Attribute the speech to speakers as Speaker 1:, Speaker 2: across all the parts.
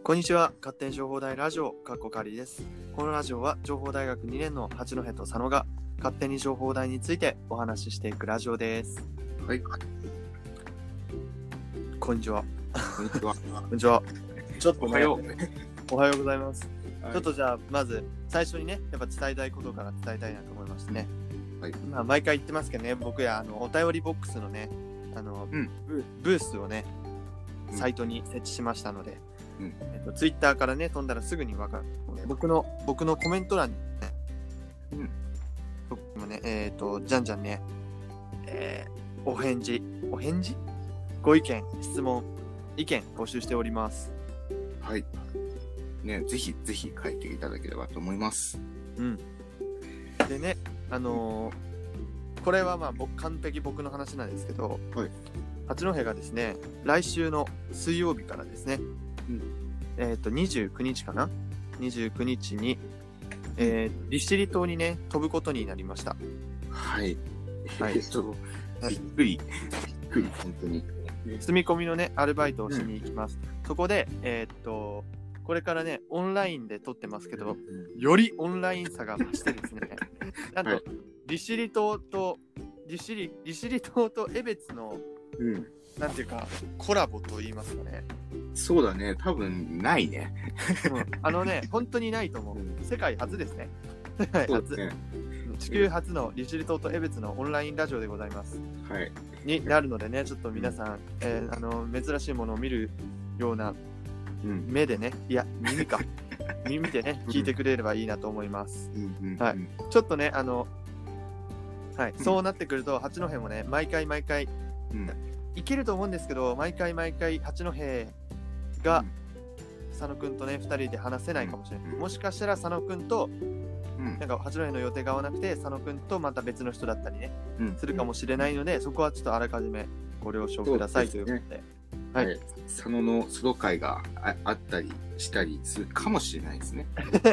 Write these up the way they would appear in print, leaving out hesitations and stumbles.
Speaker 1: こんにちは。勝手に情報大ラジオかっこかりです。このラジオは情報大学2年の八戸と佐野が勝手に情報大についてお話ししていくラジオです。
Speaker 2: はい。
Speaker 1: こんにちは。
Speaker 2: こんにちは。
Speaker 1: こんにちは。ちょっと、ね、
Speaker 2: おはよう。
Speaker 1: おはようございます。
Speaker 2: はい、
Speaker 1: ちょっとじゃあまず最初にね、やっぱ伝えたいことから伝えたいなと思いましてね。
Speaker 2: はい。
Speaker 1: まあ毎回言ってますけどね、僕やお便りボックスのね、ブースをね、サイトに設置しましたので。ツイッターからね飛んだらすぐに分かるので、僕のコメント欄にね、僕もねじゃんじゃんね、お返事ご意見質問意見募集しております。
Speaker 2: はいね、ぜひ書いていただければと思います。
Speaker 1: でねこれはまあ完璧僕の話なんですけど、はい、八戸がですね来週の水曜日からですね、29日かな29日に、利尻島にね飛ぶことになりました。
Speaker 2: はい、
Speaker 1: はい、
Speaker 2: びっくり本当に
Speaker 1: 住み込みのねアルバイトをしに行きます。そこでこれからねオンラインで撮ってますけど、よりオンライン差が増してですねなんと、利尻島と江別の、なんていうかコラボと言いますかね。
Speaker 2: そうだね、多分ないね。
Speaker 1: 本当にないと思う。世界初ですね。世界初、ね、地球初の利尻島と江別のオンラインラジオでございます。
Speaker 2: はい。
Speaker 1: になるのでね、ちょっと皆さん、珍しいものを見るような目でね、いや耳か耳でね聞いてくれればいいなと思います。はい。ちょっとねはい、そうなってくると八戸もね毎回いけると思うんですけど、毎回八戸が佐野くんとね2人で話せないかもしれない。もしかしたら佐野くんとなんか八戸の予定が合わなくて佐野くんとまた別の人だったりね、するかもしれないので、そこはちょっとあらかじめご了承くださいということで、
Speaker 2: はい、佐野のソロ会が あったりしたりするかもしれないですね。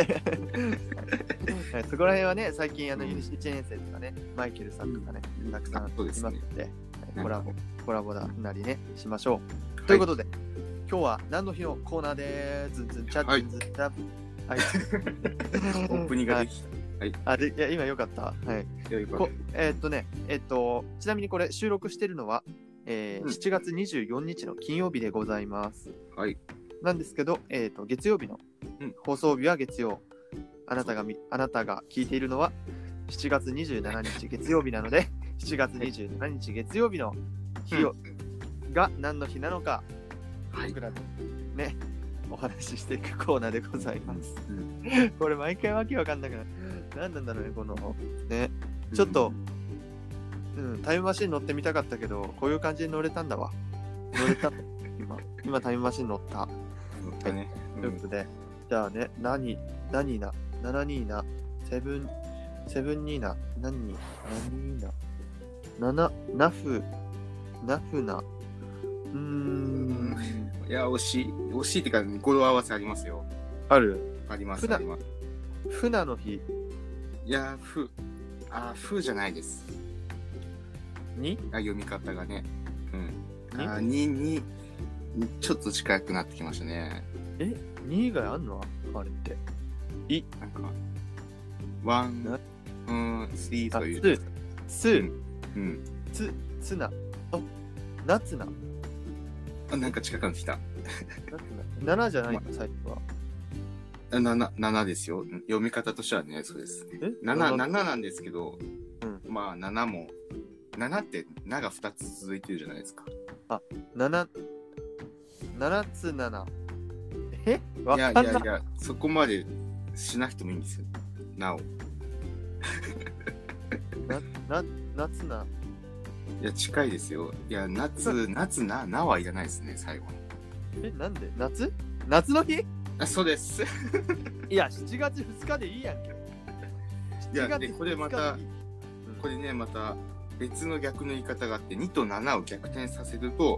Speaker 1: はい、そこら辺はね最近1年生とかねマイケルさんとかねたくさんいますので、コラボだなりねしましょう、ということで今日は何の日のコーナーでズンズンチャッズンズンチャッ、はい、
Speaker 2: オープニングができた。はい。
Speaker 1: いや今よかった。はい。ちなみにこれ収録してるのは、7月24日の金曜日でございます。
Speaker 2: はい。
Speaker 1: なんですけど、月曜日の、放送日は月曜。あなたが聞いているのは7月27日月曜日なので、7月27日月曜日の日が何の日なのか、僕らでね、お話ししていくコーナーでございます。これ毎回わけわかんなくなる。何なんだろうね、このね。ちょっと、タイムマシン乗ってみたかったけど、こういう感じで乗れたんだわ。乗れた。今タイムマシン乗った。
Speaker 2: 乗ったね。
Speaker 1: ということで、じゃあね、何な、72な、セブンな、ナフな。
Speaker 2: いや、惜しいってか、語呂合わせありますよ。
Speaker 1: ある？
Speaker 2: あります。
Speaker 1: 船の日。
Speaker 2: いや、ふじゃないです。読み方がね。に、ちょっと近くなってきましたね。
Speaker 1: 2以外あんの？あれって。
Speaker 2: なんか、1、3という。
Speaker 1: ツナ。夏な。
Speaker 2: なんか近くなってきた。
Speaker 1: 7じゃないの最初は。
Speaker 2: 7ですよ。読み方としてはね、そうです。7なんですけど、まあ7も、7って「な」が2つ続いてるじゃないですか。
Speaker 1: 7つ7。
Speaker 2: いや、そこまでしなくてもいいんですよ。なお。
Speaker 1: 夏な。
Speaker 2: いや、近いですよ。いや、夏なはいらないですね、最後に。
Speaker 1: なんで夏の日？
Speaker 2: そうです。
Speaker 1: いや、7月2日でいいやんけ。
Speaker 2: いや、で、これまた別の逆の言い方があって、2と7を逆転させると、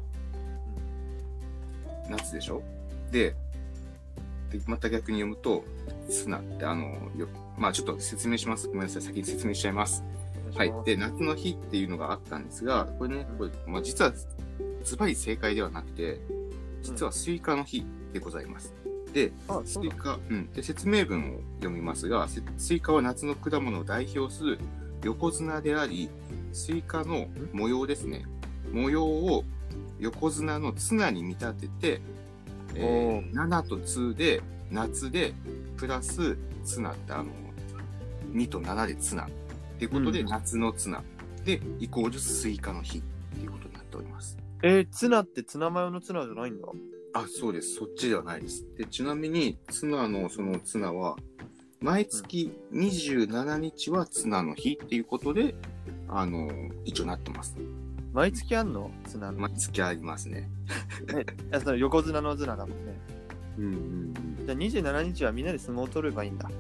Speaker 2: 夏でしょ？で、また逆に読むと、砂ってまあちょっと説明します。ごめんなさい、先に説明しちゃいます。はい。で、夏の日っていうのがあったんですが、これね、まあ、実はズバリ正解ではなくて、実はスイカの日でございます。 で、スイカ、で説明文を読みますが、スイカは夏の果物を代表する横綱であり、スイカの模様ですね。模様を横綱の綱に見立てて、7と2で夏でプラス綱って2と7で綱っていうことで、夏の綱でイコールスイカの日っていうことになっております。
Speaker 1: 綱ってツナマヨのツナじゃないんだ。
Speaker 2: そうです。そっちではないです。で、ちなみにツナのそのツナは毎月27日はツナの日っていうことで、一応なってます。
Speaker 1: 毎月あんの？ツナの。
Speaker 2: 毎月ありますね。
Speaker 1: その横綱の綱だもんね。じゃあ27日はみんなで相撲を取ればいいんだ。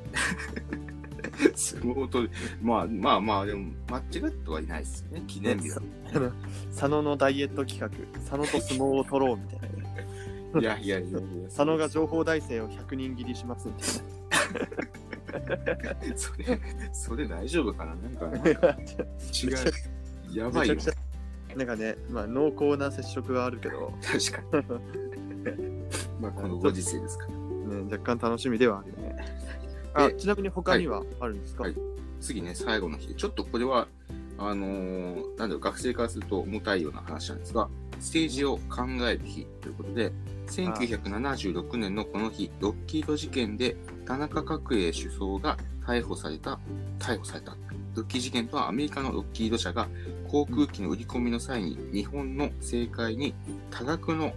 Speaker 2: 相撲を取る。まあ、でも間違ってはいないですね。記念日だ。
Speaker 1: 佐野のダイエット企画、佐野と相撲を取ろうみたいな。
Speaker 2: いや。
Speaker 1: 佐野が情報大生を100人切りしますみたいな。
Speaker 2: それ大丈夫かな。なんか違う。やばいよ。
Speaker 1: なんかね、濃厚な接触はあるけど。
Speaker 2: 確かに。このご時世ですから。
Speaker 1: 若干楽しみではあるよね。ちなみに他にはあるんですか？
Speaker 2: 次ね、最後の日で。ちょっとこれは、学生からすると重たいような話なんですが、政治を考える日ということで、1976年のこの日、ロッキード事件で田中角栄首相が逮捕された。ロッキー事件とはアメリカのロッキード社が航空機の売り込みの際に日本の政界に多額の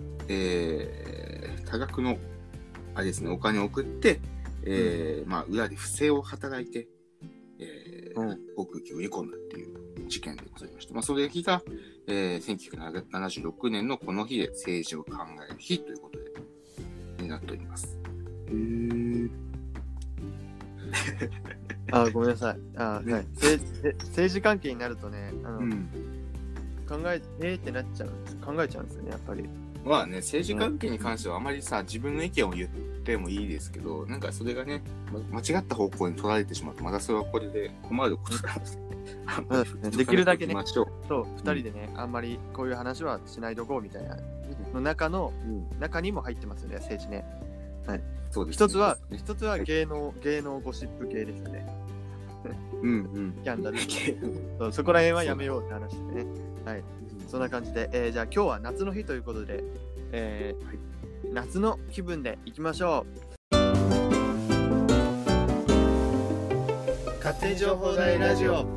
Speaker 2: あれですね、お金を送って、裏で不正を働いて、航空機を売り込んだっていう事件でございました。それが、1976年のこの日で政治を考える日ということで、になっております。
Speaker 1: ごめんなさい。政治関係になるとね、ってなっちゃう。考えちゃうんですよね、やっぱり。
Speaker 2: 政治関係に関してはあまり自分の意見を言ってもいいですけど、なんかそれがね、間違った方向に取られてしまうと、またそれはこれで困ることなので、
Speaker 1: できるだけね、2人でね、あんまりこういう話はしないとこうみたいなの中にも入ってますよね、政治ね。はい。そうですね。一つは芸能ゴシップ系ですよね。キャンダル系。そこら辺はやめようって話でね。はい。そんな感じで、じゃあ今日は夏の日ということで、夏の気分でいきましょう。勝手に情報大ラジオ。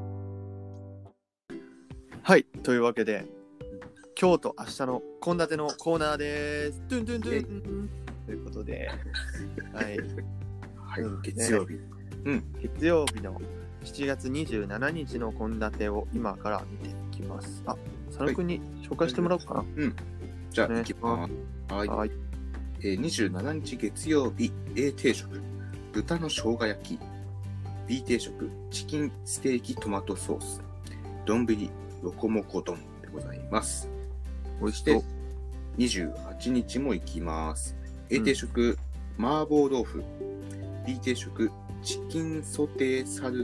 Speaker 1: はい、というわけで、今日と明日の献立のコーナーです。トゥントゥントゥンということで、はい、
Speaker 2: 月曜日。
Speaker 1: 月曜日の7月27日の献立を今から見ていきます。佐野くんに紹介してもらおうかな。
Speaker 2: じゃあ、いきます。はい。27日月曜日、A 定食、豚の生姜焼き。B 定食、チキンステーキトマトソース。丼、ロコモコ丼でございます。そして、28日も行きます。A 定食、麻婆豆腐。B 定食、チキンソテーご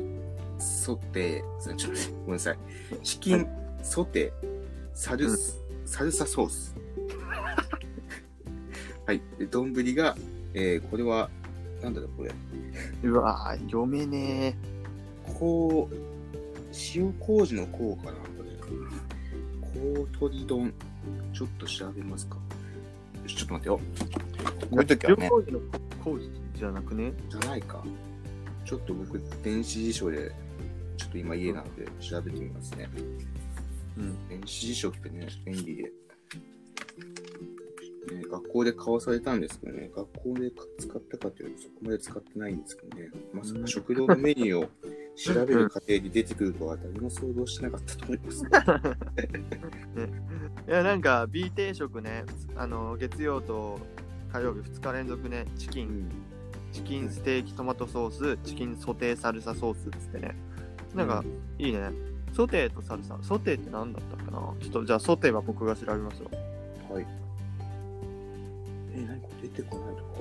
Speaker 2: めんなさい。チキンソテーサルサソース。はい。で、丼が、これは、なんだろう、これ。
Speaker 1: うわぁ、読めね
Speaker 2: え。塩麹の麹かな、これ。鶏丼。ちょっと調べますか。ちょっと待ってよ。こういう時はね。
Speaker 1: 塩麹の麹じゃなくね？
Speaker 2: じゃないか。ちょっと僕、電子辞書で、ちょっと今家なので調べてみますね。電子辞書ってね、便利で。学校で買わされたんですけどね、学校で使ったかというとそこまで使ってないんですけどね、まさか食堂のメニューを調べる過程に出てくるとは誰も想像してなかったと思います、ね。
Speaker 1: いや、なんか B 定食ね、月曜と火曜日2日連続ね、チキンステーキトマトソース、チキンソテーサルサソースっつってね、なんかいいね。ソテーとサルサ。ソテーって何だったかな。ちょっとじゃあソテーは僕が調べますよ。
Speaker 2: はい。何これ出てこないとか。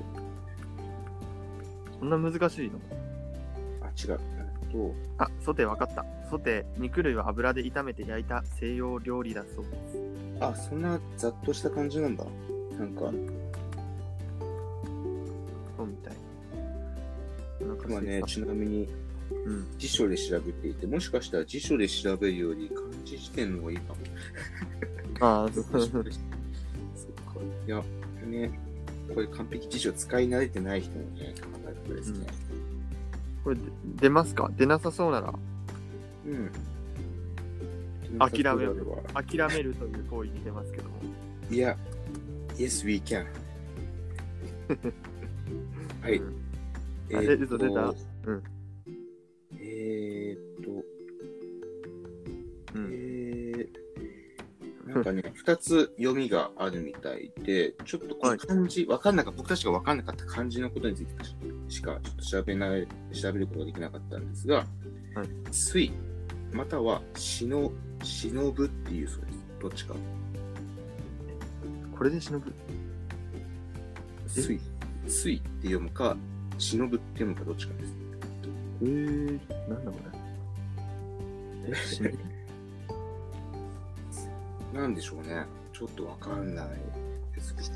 Speaker 1: そんな難しいの？
Speaker 2: 違う。
Speaker 1: ソテー分かった。ソテー、肉類は油で炒めて焼いた西洋料理だそうです。
Speaker 2: そんなざっとした感じなんだ。なんか、
Speaker 1: 本みたい。
Speaker 2: 今ね、ちなみに、辞書で調べていて、もしかしたら辞書で調べるより漢字辞典の方がいいかも。
Speaker 1: ああ、そうか。
Speaker 2: いや、ね、これ完璧辞書使い慣れてない人もね、考えることですね。
Speaker 1: これ出ますか？出なさそうなら。諦めるという行為に出ますけども。
Speaker 2: いや、Yes, we can. はい。
Speaker 1: 嘘出た？
Speaker 2: なんかね、2つ読みがあるみたいで、ちょっとこの漢字、僕たちが分かんなかった漢字のことについてしかちょっと調べることができなかったんですが、水、または忍ぶっていうそうです。どっちか。
Speaker 1: これで忍ぶ？
Speaker 2: 水って読むか、忍ぶって読むかどっちかです。
Speaker 1: なんだこれ。
Speaker 2: なんでしょうね。ちょっとわかんないですけど。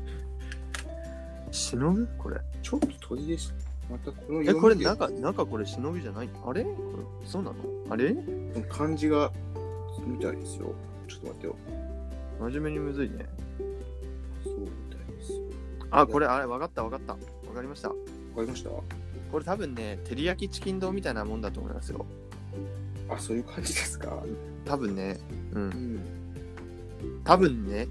Speaker 1: 忍ぶ？これ。
Speaker 2: ちょっと鳥でした。またこの
Speaker 1: 読みこれ中これ忍びじゃない？あれ？これそうなの？あれ？
Speaker 2: 漢字がみたいですよ。ちょっと待ってよ。
Speaker 1: 真面目にむずいね。
Speaker 2: そうみたいですよ。
Speaker 1: これわかった。わかりました。
Speaker 2: わかりました？
Speaker 1: これ多分ね、照り焼きチキン丼みたいなもんだと思いますよ。
Speaker 2: あ、そういう感じですか？
Speaker 1: 多分ね。多分ね。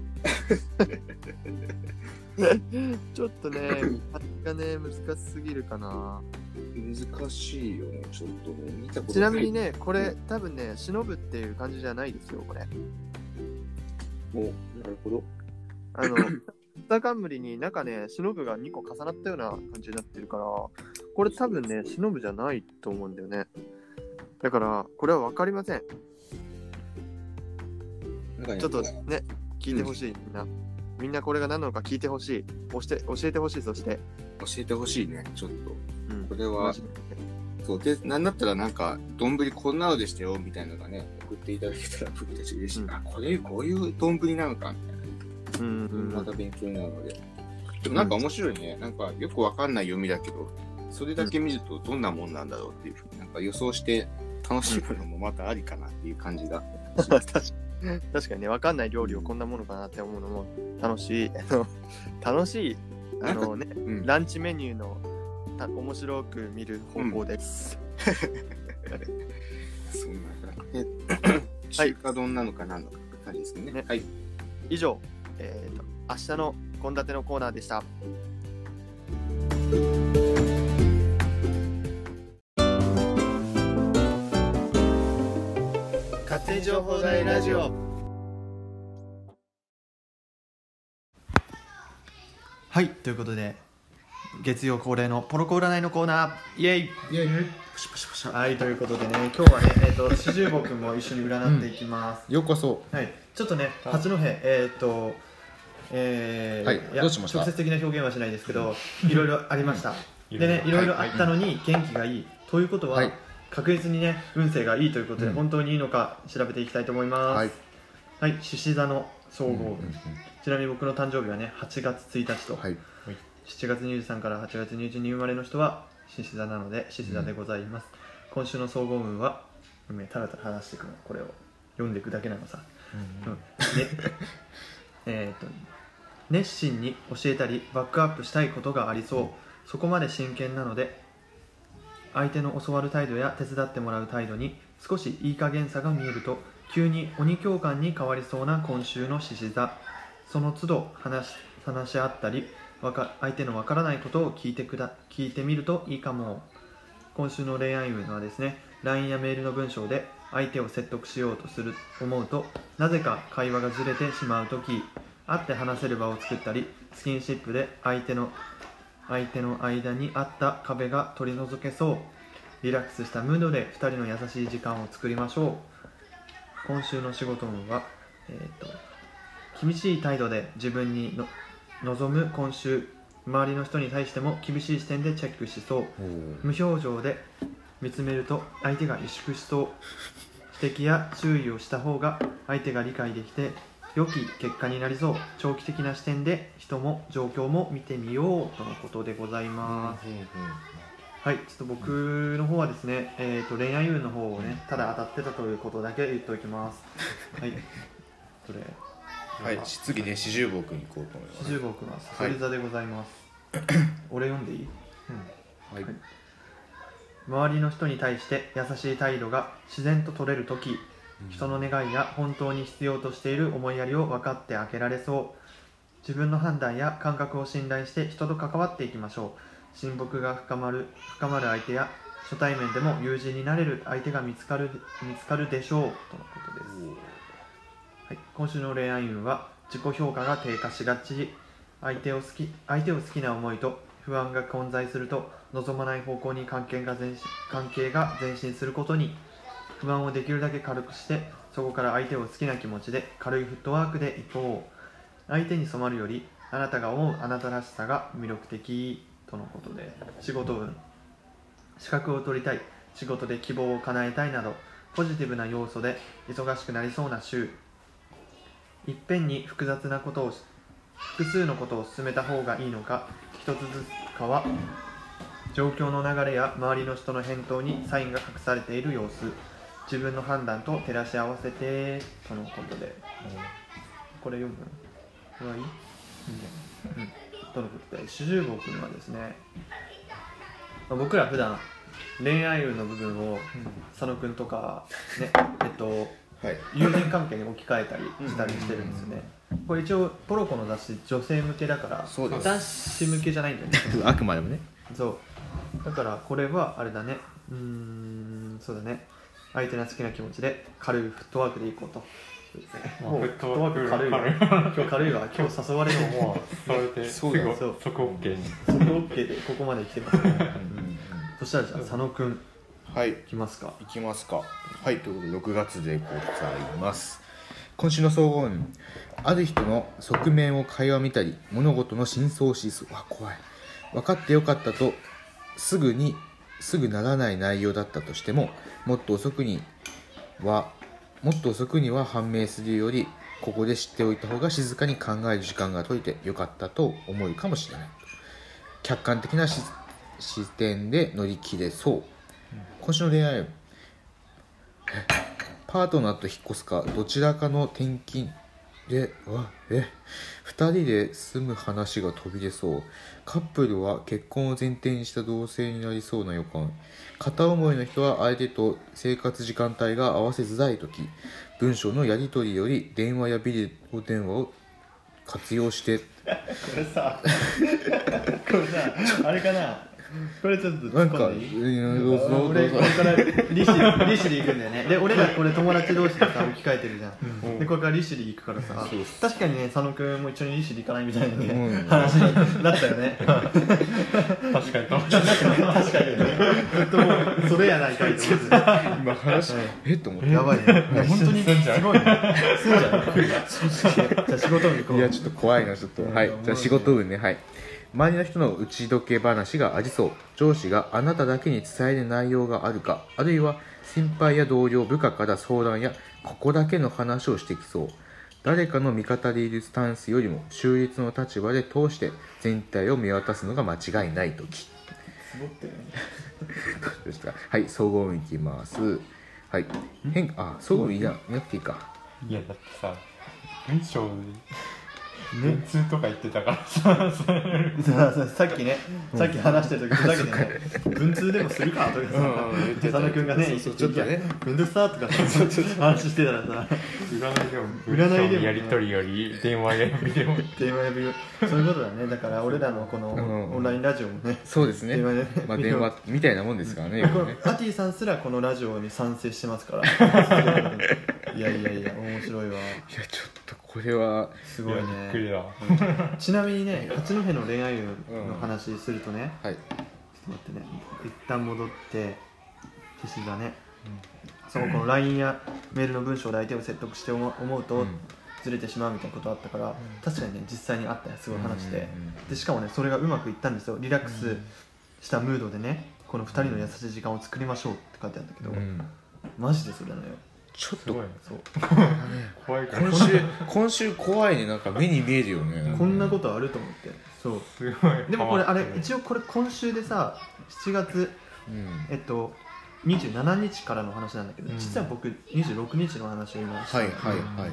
Speaker 1: ちょっとね、がね、難しすぎるかな。
Speaker 2: 難しいよね、ちょっとね。見たことない。
Speaker 1: ちなみにね、これ多分ね、忍ぶっていう感じじゃないですよ、これ。
Speaker 2: なるほど。
Speaker 1: 草冠に中ね、忍ぶが2個重なったような感じになってるから、これ多分ね、忍ぶじゃないと思うんだよね。だから、これは分かりません。ちょっとね、聞いてほしい、みんなこれが何なのか聞いてほしい。教えてほしい、そして。
Speaker 2: 教えてほしいね、ちょっと。これは、そうで、なんだったらなんか、丼こんなのでしたよ、みたいなのがね、送っていただけたら僕たち嬉しい。こういう丼なのか、みたいな。また勉強になるので。でもなんか面白いね。なんかよくわかんない読みだけど、それだけ見るとどんなもんなんだろうっていうふうになんか予想して楽しむのもまたありかなっていう感じが。
Speaker 1: 確かにね、わかんない料理をこんなものかなって思うのも楽しい。楽しい、ランチメニューの面白く見る方法です。
Speaker 2: そんな感じで、中華丼なのか何のかって感じですね。はい。
Speaker 1: 以上、明日の献立のコーナーでした。勝手に情報大ラジオ。はい、ということで月曜恒例のポロコ占いのコーナー、イエイイエイ。はい、ということでね、今日はね、四十坊くんも一緒に占っていきます。
Speaker 2: ようこそ。
Speaker 1: はい、ちょっとね、八戸
Speaker 2: はい、どうしました？
Speaker 1: 直接的な表現はしないですけど、いろいろありました。でね、いろいろあったのに元気がいいということは、確実にね、運勢がいいということで、本当にいいのか調べていきたいと思います。はい、獅子座の総合運。ちなみに僕の誕生日はね、8月1日と、7月23から8月22日生まれの人は獅子座なので獅子座でございます。今週の総合運は、ただただ話していくの、これを読んでいくだけなのさ。熱心に教えたりバックアップしたいことがありそう。そこまで真剣なので、相手の教わる態度や手伝ってもらう態度に少しいい加減さが見えると、急に鬼教官に変わりそうな今週の獅子座。その都度話し合ったり、相手のわからないことを聞いてみるといいかも。今週の恋愛運はですね、 LINE やメールの文章で相手を説得しようと思うと、なぜか会話がずれてしまうとき、会って話せる場を作ったり、スキンシップで相手の間にあった壁が取り除けそう。リラックスしたムードで2人の優しい時間を作りましょう。今週の仕事運は、厳しい態度で自分に臨む今週。周りの人に対しても厳しい視点でチェックしそう。無表情で見つめると相手が萎縮しそう。指摘や注意をした方が相手が理解できて良き結果になりそう。長期的な視点で人も状況も見てみようとのことでございます。はい、ちょっと僕の方はですね、恋愛運の方をね、ただ当たってたということだけ言っておきます。はい。それ。
Speaker 2: はい、次ね、四十坊君に行こうと思います。
Speaker 1: 四十坊君はさそり座でございます。俺読んでいい？はい。周りの人に対して優しい態度が自然と取れるとき、人の願いや本当に必要としている思いやりを分かってあげられそう。自分の判断や感覚を信頼して人と関わっていきましょう。親睦が深まる相手や初対面でも友人になれる相手が見つかるでしょうとのことです。はい、今週の恋愛運は自己評価が低下しがち。相手を好きな思いと不安が混在すると望まない方向に関係が前進することに。不安をできるだけ軽くしてそこから相手を好きな気持ちで軽いフットワークでいこう。相手に染まるよりあなたが思うあなたらしさが魅力的とのことで、仕事運、資格を取りたい、仕事で希望を叶えたいなどポジティブな要素で忙しくなりそうな週。いっぺんに複数のことを進めた方がいいのか、一つずつかは状況の流れや周りの人の返答にサインが隠されている様子。自分の判断と照らし合わせてとのことで、これ読む？これはいい？とのことで、四十坊君はですね、僕ら普段恋愛運の部分を佐野君とかね、友人関係に置き換えたりしたりしてるんですよね。これ一応ポロコの雑誌女性向けだから男子向けじゃないんだよね。
Speaker 2: あくまでもね。
Speaker 1: そうだからこれはあれだね、そうだね、相手の好きな気持ちで軽いフットワークでいこうと。もうフットワーク軽いわ。今日軽いわ。今日誘われるのも
Speaker 3: それでそこ OK に
Speaker 1: そこ OK でここまで来てますね。そしたらじゃあ佐野くん、
Speaker 2: はい、
Speaker 1: いきますか。
Speaker 2: いきますか。はい、ということで6月でございます。今週の総合運、ある人の側面を垣間見たり物事の真相を指す。怖い。分かってよかったとすぐならない内容だったとしても、もっと遅くには判明するよりここで知っておいた方が静かに考える時間が取れてよかったと思うかもしれない。客観的な視点で乗り切れそう。今週の恋愛、パートナーと引っ越すかどちらかの転勤で2人で住む話が飛び出そう。カップルは結婚を前提にした同棲になりそうな予感。片思いの人は相手と生活時間帯が合わせづらいとき、文章のやり取りより電話やビデオ電話を活用してこ
Speaker 1: れさあれかな、これちょっと
Speaker 2: なんか
Speaker 1: 俺から利子で行くんだよね。で俺らこれ友達同士でさ置き換えてるじゃん、でこれから利子で行くからさ、確かにね佐野くんも一緒に利子で行かないみたいなね、話になったよね。
Speaker 3: 確かに確かに
Speaker 1: もうそれやないかいって
Speaker 2: 今話と思って
Speaker 1: やばいね。本当にすごいね。すんじゃん。じゃあ仕事運行こう。
Speaker 2: いやちょっと怖いなちょっと。はい、じゃあ仕事運ね。はい、周りの人の打ち解け話がありそう。上司があなただけに伝える内容があるか、あるいは先輩や同僚、部下から相談やここだけの話をしてきそう。誰かの味方でいるスタンスよりも中立の立場で通して全体を見渡すのが間違いないとき。はい、総合運いきます。はい、総合運いなくていいか。
Speaker 3: いやだってさ、文章文通とか言ってたからさ
Speaker 1: さっきね、さっき話してる時だけでね、文通でもするかとかさ、佐野くんがね、ちょっとね、文通さとか話してたらさ、
Speaker 3: 占いでもやり取りより電話やビデオ
Speaker 1: そういうことだね。だから俺らのこのオンラインラジオもね、
Speaker 2: そうですね、電話みたいなもんですからね。
Speaker 1: アティさんすらこのラジオに賛成してますから。いや面白いわ。いや
Speaker 2: ちょっとこれは
Speaker 1: すごいね。
Speaker 3: びっくりだ。
Speaker 1: ちなみにね、八戸の恋愛運の話するとね、ちょっと待ってね、一旦戻って岸田ね、この LINE やメールの文章で相手を説得して思うとずれてしまうみたいなことあったから、確かにね実際にあったやすごい話で、しかもねそれがうまくいったんですよ。リラックスしたムードでね、この2人の優しい時間を作りましょうって書いてあるんだけど、マジでそれなのよ。
Speaker 2: ちょっと
Speaker 1: そう
Speaker 3: 怖いから
Speaker 2: 今週怖いね。なんか目に見えるよね。
Speaker 1: こんなことあると思って。そう
Speaker 3: すごい。
Speaker 1: でもこれあれ一応これ今週でさ7月27日からの話なんだけど、実は僕26日の話を今した。
Speaker 2: はいはいはい。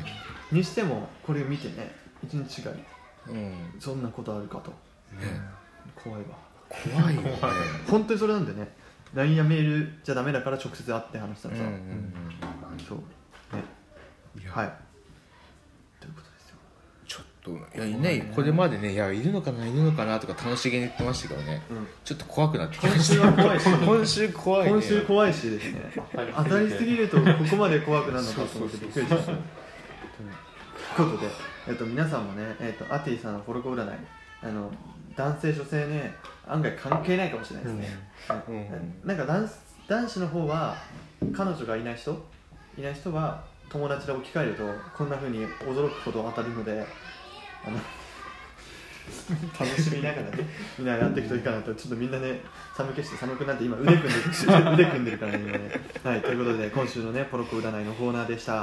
Speaker 1: にしてもこれ見てね1日違い、そんなことあるかと、怖いわ。
Speaker 2: 怖いよね。
Speaker 1: 本当にそれなんでね、 LINE やメールじゃダメだから直接会って話したらさ、そうね、はいということですよ。
Speaker 2: ちょっといやね、これまでね、いやいるのかなとか楽しげに言ってましたけどね、ちょっと怖くなってきました。今週怖いね。今週怖いしですね、当たりすぎるとここまで怖くなるのかと思ってびっくりしました。ということで、皆さんもね、アティさんのホロコ占い、男性女性ね案外関係ないかもしれないですね。なんか男子の方は彼女がいない人は友達で置き換えるとこんな風に驚くほど当たるので、楽しみながらねみんなやっていくといいかなと。ちょっとみんなね寒くなって今腕組んでるからね今ね。はい、ということで今週のねポロコ占いのコーナーでした。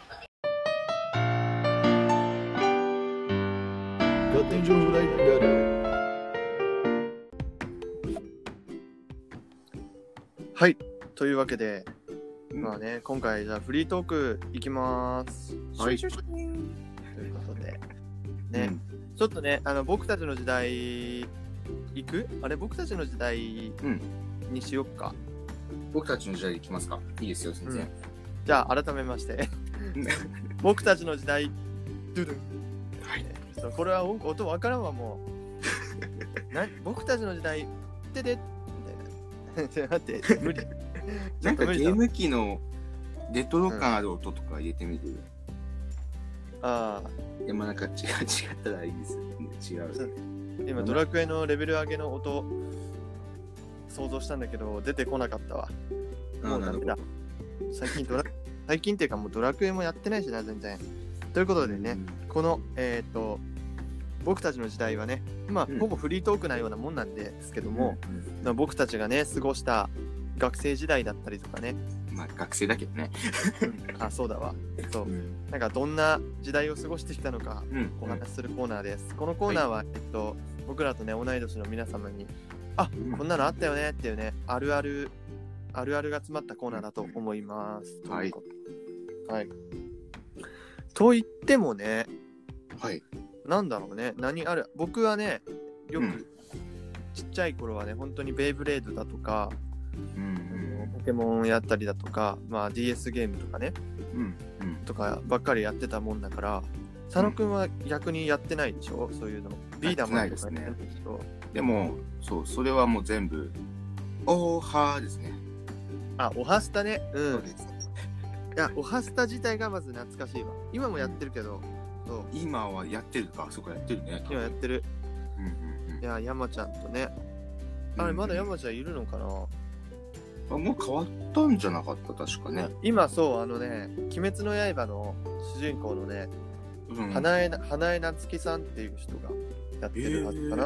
Speaker 2: はい、というわけで、まあね、今回じゃあフリートークいきまーす。はい。ということで、ね、ちょっとね、僕たちの時代僕たちの時代にしよっか。 僕たちの時代いきますか。いいですよ、全然。
Speaker 1: じゃあ改めまして僕たちの時代ドゥドゥン。はい。これは音わからんわもう。僕たちの時代ででみたいな。待って無理。
Speaker 2: なんかゲーム機のレトロ感ある音とか入れてみる。
Speaker 1: ああ。
Speaker 2: でもなんか違ったらいいですよ。違う。
Speaker 1: 今ドラクエのレベル上げの音想像したんだけど出てこなかったわ。もうダメだ。最近っていうかもうドラクエもやってないしな全然。ということでね、この僕たちの時代はね、まあほぼフリートークなようなもんなんですけども、僕たちがね過ごした学生時代だったりとかね。
Speaker 2: まあ学生だけどね。
Speaker 1: あ、そうだわ。そう。なんかどんな時代を過ごしてきたのかお話しするコーナーです。このコーナーは、僕らとね同い年の皆様にこんなのあったよねっていうねあるあるが詰まったコーナーだと思います。はい。はい。と言ってもね。
Speaker 2: はい。
Speaker 1: なんだろうね。僕はねよく、ちっちゃい頃はね本当にベイブレードだとか。ポケモンやったりだとか、まあ DS ゲームとかね、とかばっかりやってたもんだから、佐野くんは逆にやってないでしょ、そういうの。ビーダマンとかやってないでしょ。
Speaker 2: でも、それはもう全部、オハですね。
Speaker 1: あ、オハスタね。そうです。いや、オハスタ自体がまず懐かしいわ。今もやってるけど、
Speaker 2: 今はやってるか、そこやってるね。
Speaker 1: 今やってる。いや、山ちゃんとね。あれ、まだ山ちゃんいるのかな？
Speaker 2: もう変わったんじゃなかった確かね。
Speaker 1: 今そう鬼滅の刃の主人公のね、花江夏樹さんっていう人がやってるはずかな。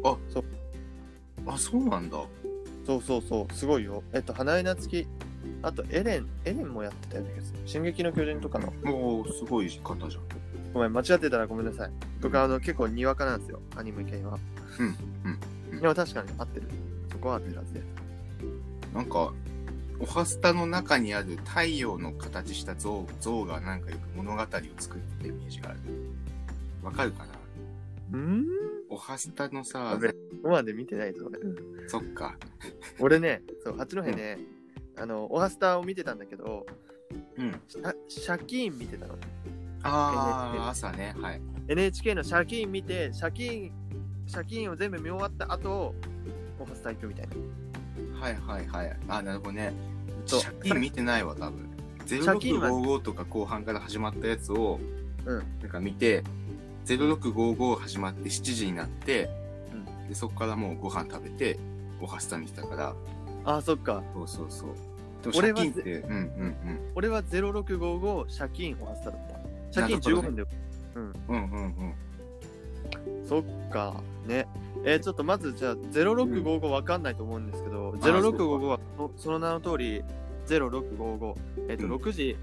Speaker 2: そうなんだ。
Speaker 1: そうすごいよ。花江夏樹、あとエレンもやってたよね。進撃の巨人とかの。
Speaker 2: おー、すごい方じゃん。
Speaker 1: ごめん間違ってたらごめんなさい。僕結構にわかなんですよアニメ系は。でも確かに合ってる。そこは合ってるはずです。
Speaker 2: なんかオハスタの中にある太陽の形した像がなんかよく物語を作ってるイメージがある。わかるかな？オハスタのさ、
Speaker 1: ここまで見てないぞ俺。
Speaker 2: そっか。
Speaker 1: 俺ね、そう八戸ね、オハスタを見てたんだけど、シャキーン見てたの。
Speaker 2: 朝ね、はい。
Speaker 1: NHK のシャキーン見て、シャキーンを全部見終わった後、オハスタ行くみたいな。
Speaker 2: はい。なるほどね。シャキーン見てないわ、多分。0655とか後半から始まったやつを、なんか見て、0655始まって7時になって、でそこからもうご飯食べて、オハスタ見てたから。
Speaker 1: あ、そっか。
Speaker 2: そう。でもシャキーンって、
Speaker 1: 俺は0655シャキーンオハスタだった。シャキーン15分で。そっか。ね。ちょっとまずじゃあ0655わかんないと思うんですけど、0655はその名の通り 0655。6時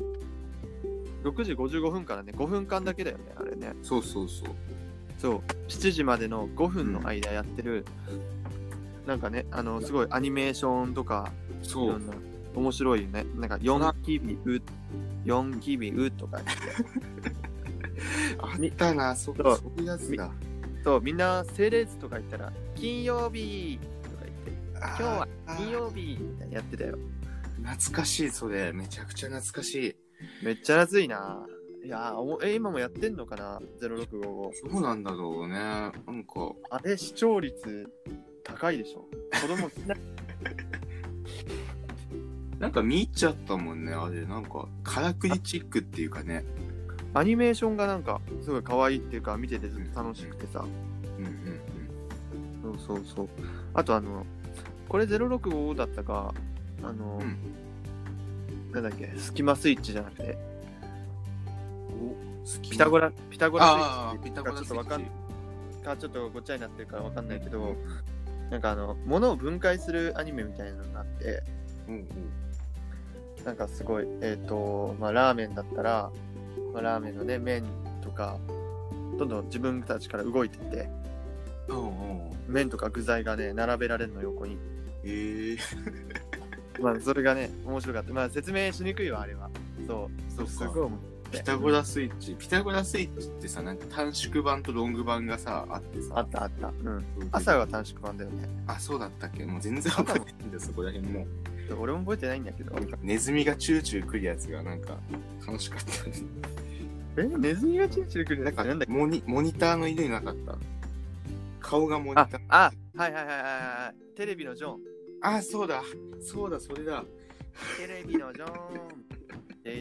Speaker 1: 55分からね、5分間だけだよね、あれね。
Speaker 2: そう。
Speaker 1: そう、7時までの5分の間やってる、なんかね、すごいアニメーションとか、
Speaker 2: そう。
Speaker 1: いろんな面白いよね。なんか4キビウとか言って。
Speaker 2: あったな、そういうやつだ。
Speaker 1: そう、みんな整列とか言ったら、金曜日とか言って、今日は金曜日みたいなやってたよ。
Speaker 2: 懐かしい、それ。めちゃくちゃ懐かしい。
Speaker 1: めっちゃ熱いな。いや今もやってんのかな、0655。
Speaker 2: そうなんだろうね。なんか。
Speaker 1: あれ、視聴率高いでしょ。子供みんな。
Speaker 2: なんか見入っちゃったもんね、あれ。なんか、からくりチックっていうかね。
Speaker 1: アニメーションがなんか、すごい可愛いっていうか、見ててずっと楽しくてさ。そう。あとこれ065だったか、なんだっけ、スキマスイッチじゃなくて、ピタゴラスイッチってちょっとちょっとごっちゃになってるからわかんないけど、なんか物を分解するアニメみたいなのがあって、なんかすごい、ラーメンだったら、ラーメンのね、麺とか、どんどん自分たちから動いてって、麺とか具材がね、並べられるの横に。それがね、面白かった。説明しにくいわ、あれは。そう、すごい思って。
Speaker 2: ピタゴラスイッチってさ、なんか短縮版とロング版がさ、あってさ。
Speaker 1: あった。うん。朝は短縮版だよね。
Speaker 2: あ、そうだったっけ？もう全然覚えてないんだよ、そこら辺も。
Speaker 1: 俺も覚えてないんだけど。
Speaker 2: なんかネズミがチューチュー来るやつがなんか楽しかった。
Speaker 1: ネズミがチューチュー来るやつ
Speaker 2: なんだっけ？モニターの犬になかった？顔がモニター。
Speaker 1: はい。テレビのジョン。
Speaker 2: あ、そうだ、それだ。
Speaker 1: テレビのジョン。て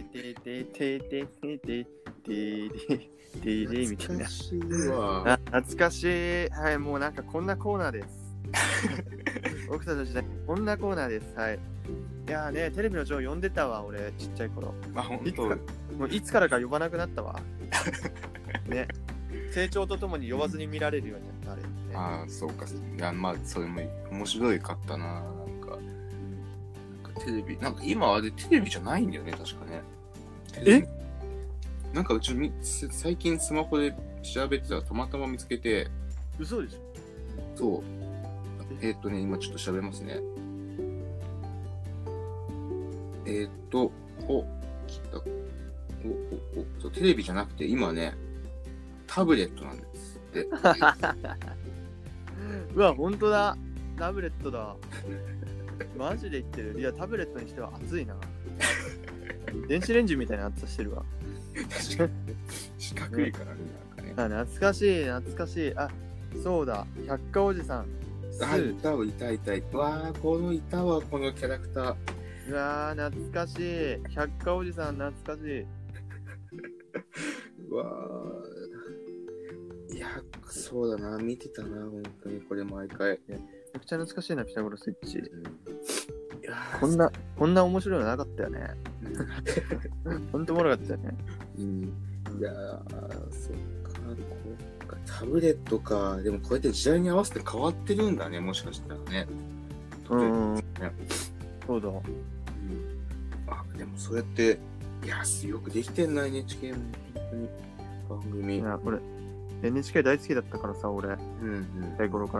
Speaker 1: みたいな。懐かしい。はい、もうなんかこんなコーナーです。僕たちの時代、こんなコーナーです。はい。いやーね、テレビのジョン呼んでたわ、俺、ちっちゃい頃。
Speaker 2: 本当。
Speaker 1: もういつからか呼ばなくなったわ。ね。成長とともに呼ばずに見られるようになった、あれ、ね。
Speaker 2: ああ、そうか。いや、それも面白いかったな。なんかテレビ、なんか今あれテレビじゃないんだよね、確かね。なんかうち最近スマホで調べてたらたまたま見つけて。
Speaker 1: 嘘でしょ？
Speaker 2: そう。今ちょっと調べますね。来た。そう、テレビじゃなくて今ね、タブレットなんですって。
Speaker 1: うわ、ほんとだ。タブレットだ。マジで言ってる。いや、タブレットにしては熱いな。電子レンジみたいな熱さしてるわ。
Speaker 2: 確かに。四角いからね、なんかね。
Speaker 1: 懐かしい。あ、そうだ。百科おじさん。
Speaker 2: いた。わー、このキャラクター。
Speaker 1: うわー、懐かしい。百科おじさん、懐かしい。
Speaker 2: うわー。いや、そうだな。見てたな、本当に。これ毎回。
Speaker 1: めちゃくちゃ懐かしいな、ピタゴラスイッチ。いやこんな面白いのなかったよね。ほんとおもろかったよね。
Speaker 2: いやー、そっか、タブレットか。でもこうやって時代に合わせて変わってるんだね、もしかしたらね。
Speaker 1: そうだ。
Speaker 2: あ、でもそうやって、いや、よくできてんな、NHK も。本当に番組。
Speaker 1: いや、これ、NHK 大好きだったからさ、俺。若い頃から。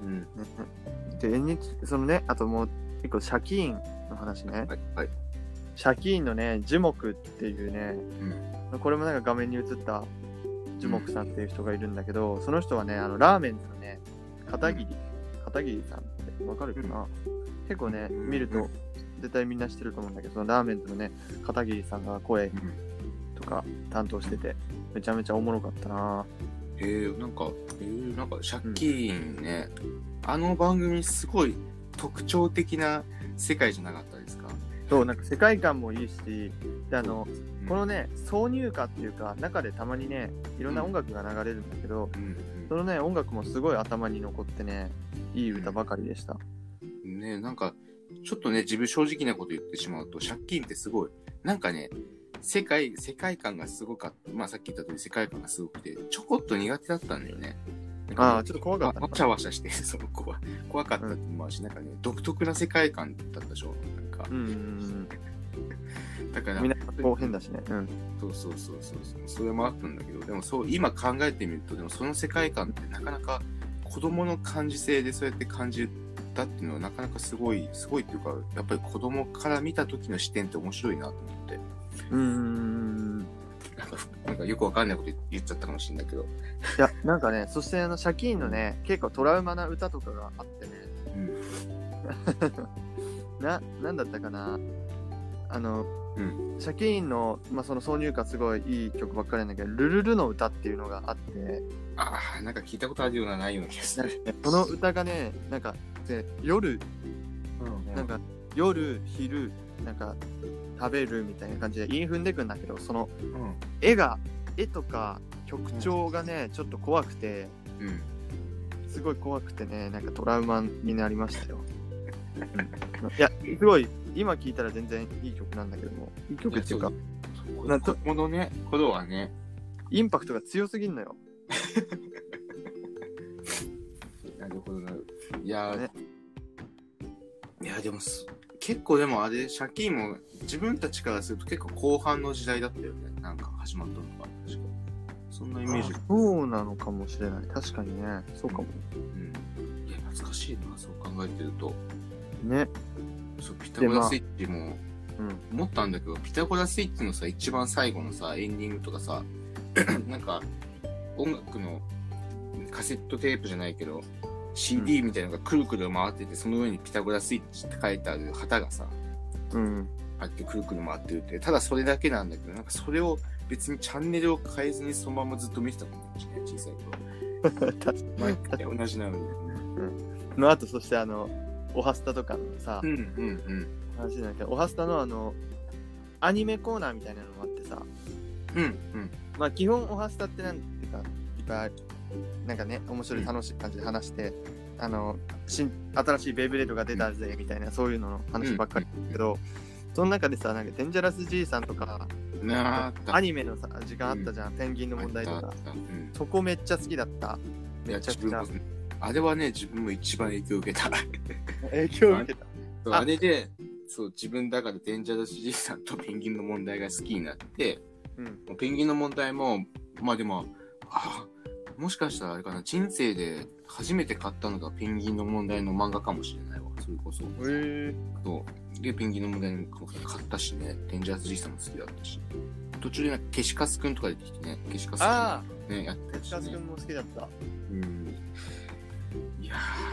Speaker 1: で、そのね、あともう一個、シャキーンの話ね。
Speaker 2: はい。
Speaker 1: シャキーンのね、樹木っていうね、これもなんか画面に映った樹木さんっていう人がいるんだけど、その人はね、ラーメンズのね、片桐さんってわかるかな？結構ね、見ると絶対みんな知ってると思うんだけど、そのラーメンズのね、片桐さんが声とか担当してて、めちゃめちゃおもろかったな。
Speaker 2: なんかシャキーンね、あの番組すごい特徴的な世界じゃなかったですか？
Speaker 1: そう、なんか世界観もいいし、でこのね、挿入歌っていうか、中でたまにね、いろんな音楽が流れるんだけど、そのね、音楽もすごい頭に残ってね、いい歌ばかりでした。
Speaker 2: ね、なんか、ちょっとね、自分正直なこと言ってしまうと、シャッキーンってすごい、なんかね、世界観がすごかった。まあさっき言った通り世界観がすごくて、ちょこっと苦手だったんだよね。
Speaker 1: ああ、ちょっと怖かった。
Speaker 2: わしゃわしゃして、その怖かったってもあるし、なんかね、独特な世界観だったでしょ。なんかか。
Speaker 1: だからみんなこう変だしね。
Speaker 2: そう。それもあったんだけど、でも今考えてみると、でもその世界観ってなかなか子供の感じ性でそうやって感じたっていうのはなかなかすごいっていうか、やっぱり子供から見た時の視点って面白いなと思って。なんかよくわかんないこと言っちゃったかもしれないけど。
Speaker 1: いや、なんかね、そしてシャキーンのね、結構トラウマな歌とかがあってね。なんだったかな。シャキーンの、その挿入歌すごいいい曲ばっかりなんだけど、ルルルの歌っていうのがあって。
Speaker 2: なんか聞いたことあるようなないような気がする。
Speaker 1: この歌がね、なんか夜、夜、昼、なんか食べるみたいな感じで韻踏んでくんだけど、その絵とか曲調がね、ちょっと怖くて、すごい怖くてね、なんかトラウマになりましたよ。いや、すごい、今聴いたら全然いい曲なんだけども、いい曲っていうか、
Speaker 2: このね、ことはね、
Speaker 1: インパクトが強すぎんのよ。
Speaker 2: なるほどな。いや、でも結構でもあれ、シャキーンも自分たちからすると結構後半の時代だったよね。なんか始まったのが。確かそんなイメージ。
Speaker 1: そうなのかもしれない。確かにね。そうかも。
Speaker 2: いや、懐かしいな、そう考えてると。
Speaker 1: ね。
Speaker 2: そう、ピタゴラスイッチも、思ったんだけど、ピタゴラスイッチのさ、一番最後のさ、エンディングとかさ、なんか、音楽のカセットテープじゃないけど、CD みたいなのがくるくる回ってて、その上にピタゴラスイッチって書いてある旗がさ、あってくるくる回ってるって、ただそれだけなんだけど、なんかそれを別にチャンネルを変えずにそのままずっと見てたもんね、小さい頃。毎回同じなのに。
Speaker 1: あと、そしてオハスタとかのさ、話なんだけど、オハスタのアニメコーナーみたいなのもあってさ、基本オハスタってなんていうか、いっぱいなんかね、面白い楽しい感じで話して、新しいベイブレードが出たぜみたいな、そういうのの話ばっかりだけど、その中でさ、なんかデンジャラス G さんとか、アニメのさ時間あったじゃん、ペンギンの問題とか、そこめっちゃ好きだった。めちゃくちゃ。
Speaker 2: あれはね、自分も一番影響を受けた。
Speaker 1: 影響を受けた。
Speaker 2: あれで、そう、自分だからデンジャラス G さんとペンギンの問題が好きになって、ペンギンの問題も、でも、もしかしたらあれかな、人生で初めて買ったのがペンギンの問題の漫画かもしれないわ、それこそ。そうで、ペンギンの問題も買ったしね、デンジャラス G さんも好きだったし。途中でなんか消しカスくんとか出てきてね、消しカスくんね、やってたし、ね。
Speaker 1: 消しカスくんも好きだった。
Speaker 2: いや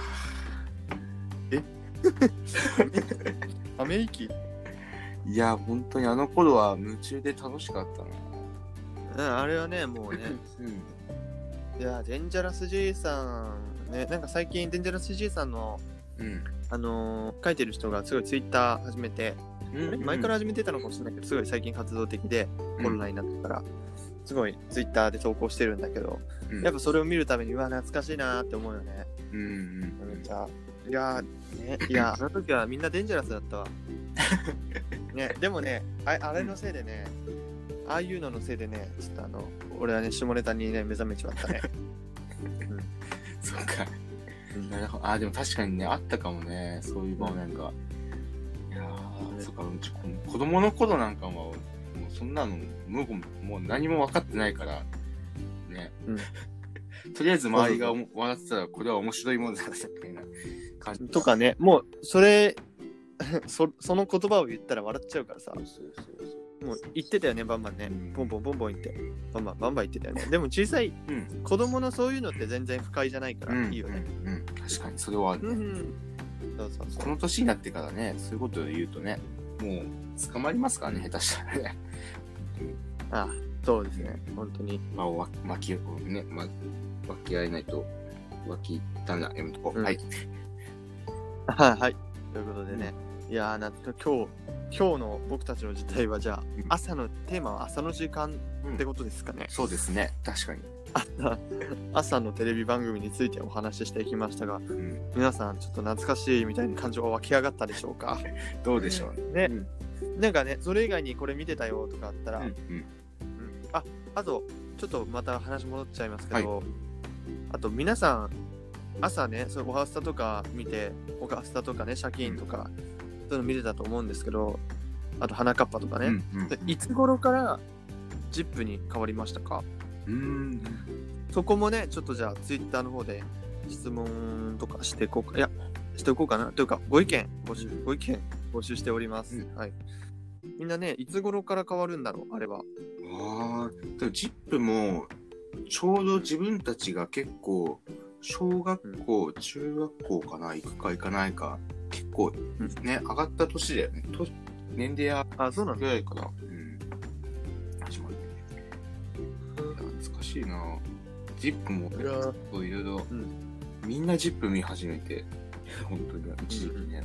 Speaker 1: ため息。
Speaker 2: いや、本当にあの頃は夢中で楽しかった
Speaker 1: な。あれはね、もうね。いや、デンジャラス G さん、ね、なんか最近デンジャラス G さんの、書いてる人がすごいツイッター始めて、前から始めてたのかもしれないけど、すごい最近活動的で、コロナになってから、すごいツイッターで投稿してるんだけど、やっぱそれを見るために、懐かしいなーって思うよね。めっちゃ。いや、あの時はみんなデンジャラスだったわ。ね、でもね、あれのせいでね、ああいうののせいでね、ちょっと俺はね、下ネタにね、目覚めちまったね。
Speaker 2: そうか。なるほど。でも確かにね、あったかもね、そういう場なんか。いやー、そうか、子供の頃なんかは、もうそんなの、もう何も分かってないから、ね。とりあえず周りが笑ってたら、これは面白いものだみたいな感じ。
Speaker 1: とかね、もう、それ、その言葉を言ったら笑っちゃうからさ。もう言ってたよね、バンバンね。ボンボン言って。バンバン言ってたよね。でも小さい、子供のそういうのって全然不快じゃないからいいよね。
Speaker 2: 確かに、それはあるね。そう。この年になってからね、そういうことを言うとね、もう捕まりますからね、下手したらね。
Speaker 1: そうですね、本当に。
Speaker 2: 巻き合えないと、だんだんやめとこう。はい。
Speaker 1: はい。ということでね、いやー、今日の僕たちの時代はじゃあ、テーマは朝の時間ってことですかね。
Speaker 2: そうですね、確かに。
Speaker 1: 朝のテレビ番組についてお話ししていきましたが、皆さんちょっと懐かしいみたいな感情は湧き上がったでしょうか。
Speaker 2: どうでしょう
Speaker 1: ね。なんかね、それ以外にこれ見てたよとかあったら、あとちょっとまた話戻っちゃいますけど、あと皆さん朝ね、オハスタとか見て、オハスタとかね、シャキーンとかそういうの見れたと思うんですけど、あと花かっぱとかね、いつ頃からジップに変わりましたか？そこもね、ちょっとじゃあツイッターの方で質問とかしていこうか、しておこうかなというか、ご意見募集しております。はい。みんなね、いつ頃から変わるんだろう、あれは。
Speaker 2: でもジップもちょうど自分たちが結構小学校、中学校かな、行くか行かないか、結構ね、上がった年だよね。年齢
Speaker 1: そうなん
Speaker 2: ぐらいかな。始まる。懐かしいな。ジップもいろいろ、みんなジップ見始めて、本当に一時期ね。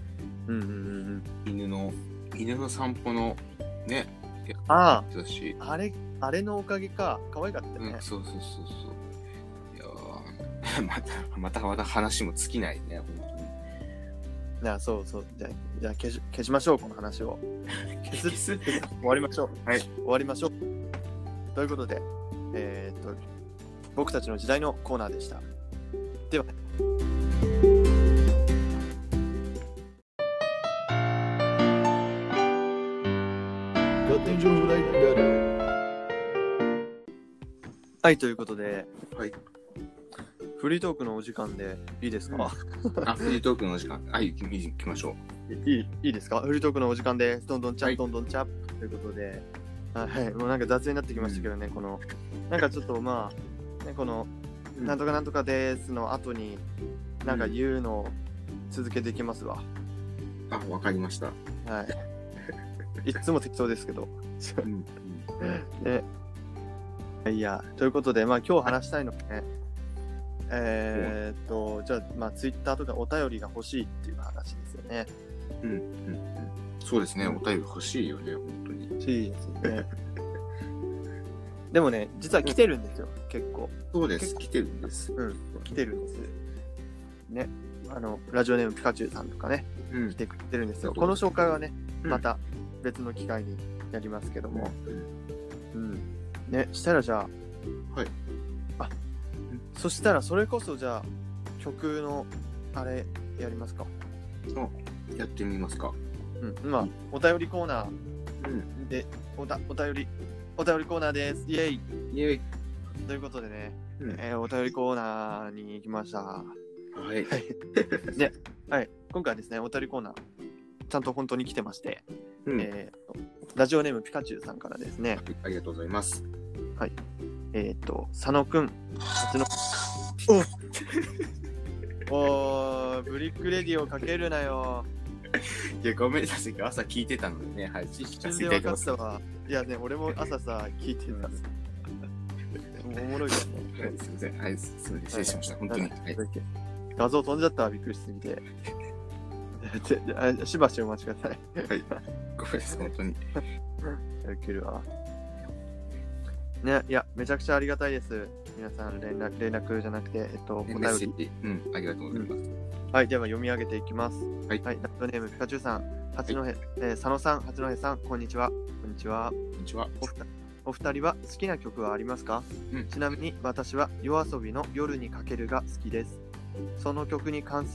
Speaker 2: 犬の散歩のね、
Speaker 1: あれのおかげか、可愛かったね。
Speaker 2: そう。いやまた話も尽きないね、本当に。そう。
Speaker 1: じゃあ消しましょう、この話を。消す終わりましょう。はい。終わりましょう。ということで、僕たちの時代のコーナーでした。では。はい、ということで、フリートークのお時間でいいですか？
Speaker 2: フリートークのお時間、行きましょ
Speaker 1: う。いいですか？フリートークのお時間です。どんどんチャップということで、もうなんか雑になってきましたけどね、このなんかちょっとこのなんとかなんとかですの後になんか言うのを続けていきますわ。
Speaker 2: わかりました。
Speaker 1: はい。いつも適当ですけど。で、ということで、今日話したいのはね、じゃあ、ツイッターとかお便りが欲しいっていう話ですよね。
Speaker 2: そうですね、お便り欲しいよね、本当に。
Speaker 1: 欲しいですよね。でもね、実は来てるんですよ、結構。
Speaker 2: そうです、来てるんです。
Speaker 1: 来てるんです。ね、ラジオネームピカチュウさんとかね、来てくれてるんですよ。この紹介はね、また別の機会にやりますけども。ね、したらじゃあ、そしたらそれこそじゃあ、曲のあれやりますか？
Speaker 2: やってみますか。
Speaker 1: お便りコーナーで、お便りコーナーです。イェイということでね、お便りコーナーに行きました。で、今回はですね、お便りコーナー、ちゃんと本当に来てまして、ラジオネームピカチュウさんからですね。
Speaker 2: ありがとうございます。
Speaker 1: 佐野くん、ブリックレディをかけるなよ。
Speaker 2: いや、ごめんなさい、朝聞いてたのでね、
Speaker 1: 一瞬で分かったわ。いやね、俺も朝さ、聞いてた。おもろいよね。
Speaker 2: すみません。すみません。失礼しました。本当に。
Speaker 1: 画像飛んじゃったわ、びっくりしすぎて。しばしお待ちください。
Speaker 2: ごめんなさい、本当に。
Speaker 1: 受けるわ。ね、いや、めちゃくちゃありがたいです。皆さん、連絡じゃなくて、お便り。
Speaker 2: ありがとうございます。
Speaker 1: では読み上げていきます。ラジオネームピカチュウさん、佐野さん、八戸さん、こんにちは。こんにちは。お二人は好きな曲はありますか？ちなみに私はYOASOBIの夜にかけるが好きです。その好き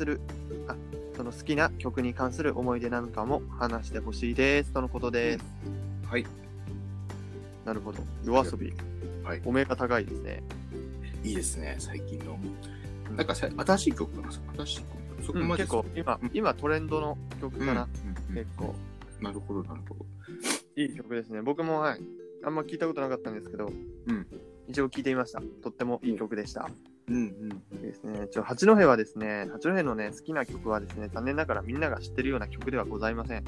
Speaker 1: な曲に関する思い出なんかも話してほしいですとのことです。なるほど。YOASOBI、お目が高いですね。
Speaker 2: いいですね、最近の。なんか新しい曲かな？そこまで、
Speaker 1: 結構今トレンドの曲かな。結構。
Speaker 2: なるほど。
Speaker 1: いい曲ですね。僕もあんま聞いたことなかったんですけど、一応聞いてみました。とってもいい曲でした。ですね。八戸はですね、八戸のね、好きな曲はですね、残念ながらみんなが知ってるような曲ではございません。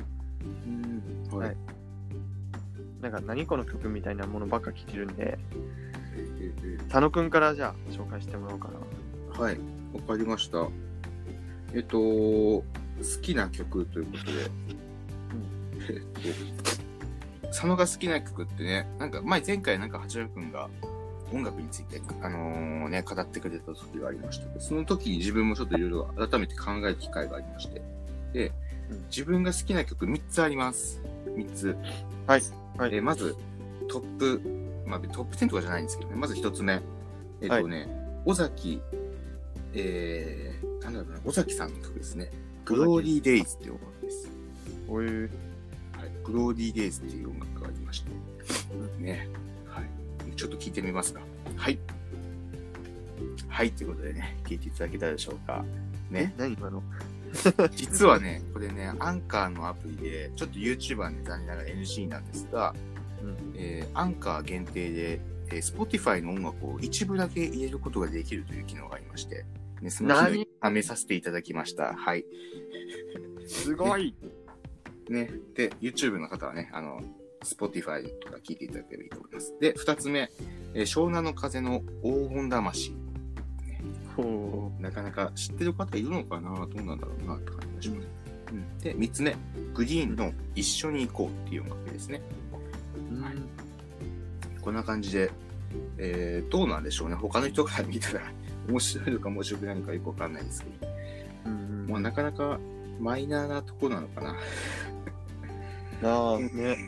Speaker 1: なんか何この曲みたいなものばっか聴けるんで、佐野くんからじゃあ紹介してもらおうかな。
Speaker 2: わかりました。好きな曲ということで、佐野が好きな曲ってね、なんか前回なんか八戸くんが音楽について語ってくれた時がありましたけど、その時に自分もちょっといろいろ改めて考える機会がありまして、で、自分が好きな曲3つあります。3つ。まずトップ10とかじゃないんですけどね、まず1つ目。尾崎、尾崎さんの曲ですね。グローリーデイズっていう音楽です。
Speaker 1: おい、
Speaker 2: はい、グローディーデイズっていう音楽がありまして、ね、はい、ちょっと聞いてみますか。はい。はい、ということでね、聞いていただけたでしょうか。ね。
Speaker 1: 何今の
Speaker 2: 実はね、これね、アンカーのアプリで、ちょっと YouTuber はね、残念ながら NG なんですが、アンカー限定で、Spotify の音楽を一部だけ入れることができるという機能がありまして、ね、その機能を試させていただきました。はい。
Speaker 1: すごい、
Speaker 2: ね。で、YouTube の方はね、Spotify とか聞いていただければいいと思います。で、二つ目、湘南の風の黄金魂。
Speaker 1: ほ
Speaker 2: なかなか知ってる方いるのかな、どうなんだろうなって感じがします。で、三つ目、グリーンの一緒に行こうっていう音楽ですね。はい、こんな感じで、どうなんでしょうね。他の人から見たら面白いのか面白くないのかよくわかんないですけど、まあ、なかなかマイナーなところなのかな。
Speaker 1: ああね、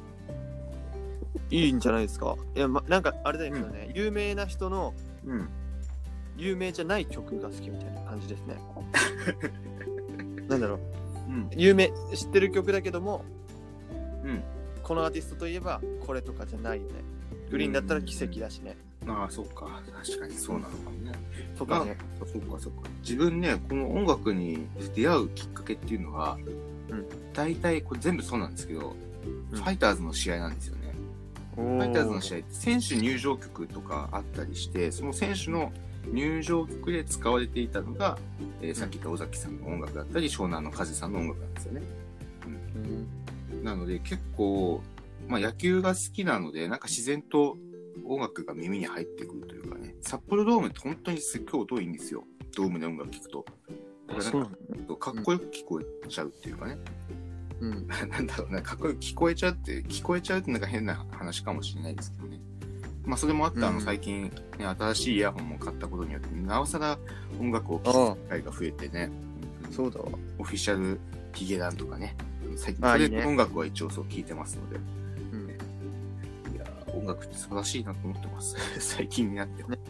Speaker 1: いいんじゃないですか。いや、なんかあれだよね、有名な人の、有名じゃない曲が好きみたいな感じですね。なんだろう、有名、知ってる曲だけども、このアーティストといえばこれとかじゃないよね。グリーンだったら奇跡だしね。
Speaker 2: ああ、そうか。確かにそうなのかもね。
Speaker 1: とかね。
Speaker 2: そうか。自分ね、この音楽に出会うきっかけっていうのは、大体これ全部そうなんですけど、ファイターズの試合なんですよね。ファイターズの試合って選手入場曲とかあったりして、その選手の入場曲で使われていたのが、さっき言った尾崎さんの音楽だったり、湘南の風さんの音楽なんですよね。なので結構、まあ野球が好きなので、なんか自然と音楽が耳に入ってくるというかね。札幌ドームって本当にすっごい音いいんですよ。ドームで音楽聴くと。だからなんかかっこよく聞こえちゃうっていうかね。なんだろうね、かっこよく聞こえちゃうってなんか変な話かもしれないですけどね。まあそれもあって、最近、ね、新しいイヤホンも買ったことによって、なおさら音楽を聴く機会が増えてね。
Speaker 1: そうだわ。
Speaker 2: オフィシャルヒゲダンとかね。最近それで音楽は一応そう聴いてますので。いや音楽って素晴らしいなと思ってます。最近になってね。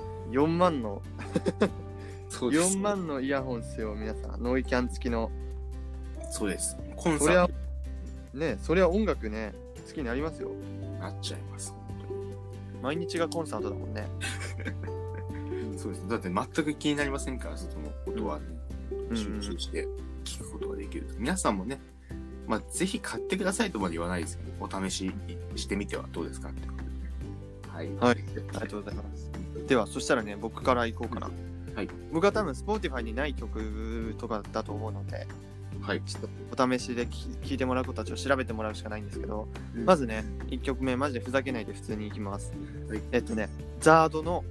Speaker 1: 4万の
Speaker 2: そうです。
Speaker 1: 4万のイヤホンですよ、皆さん。ノイキャン付きの。
Speaker 2: そうです。コンサート。
Speaker 1: そりゃ音楽ね、好きになりますよ。
Speaker 2: なっちゃいます。
Speaker 1: 毎日がコンサートだもんね。
Speaker 2: そうです。だって全く気になりませんから、その音はね、集中して聞くことができる。皆さんもね、まあ、ぜひ買ってくださいとまで言わないですけど、お試ししてみてはどうですかってことでね。はい。
Speaker 1: はい。ありがとうございます。では、そしたらね、僕から行こうかな。はい。僕は多分、Spotify にない曲とかだと思うので、はい。ちょっとお試しで聞いてもらう子たちを調べてもらうしかないんですけど、まずね、1曲目、マジでふざけないで普通に行きます。はい、ザードの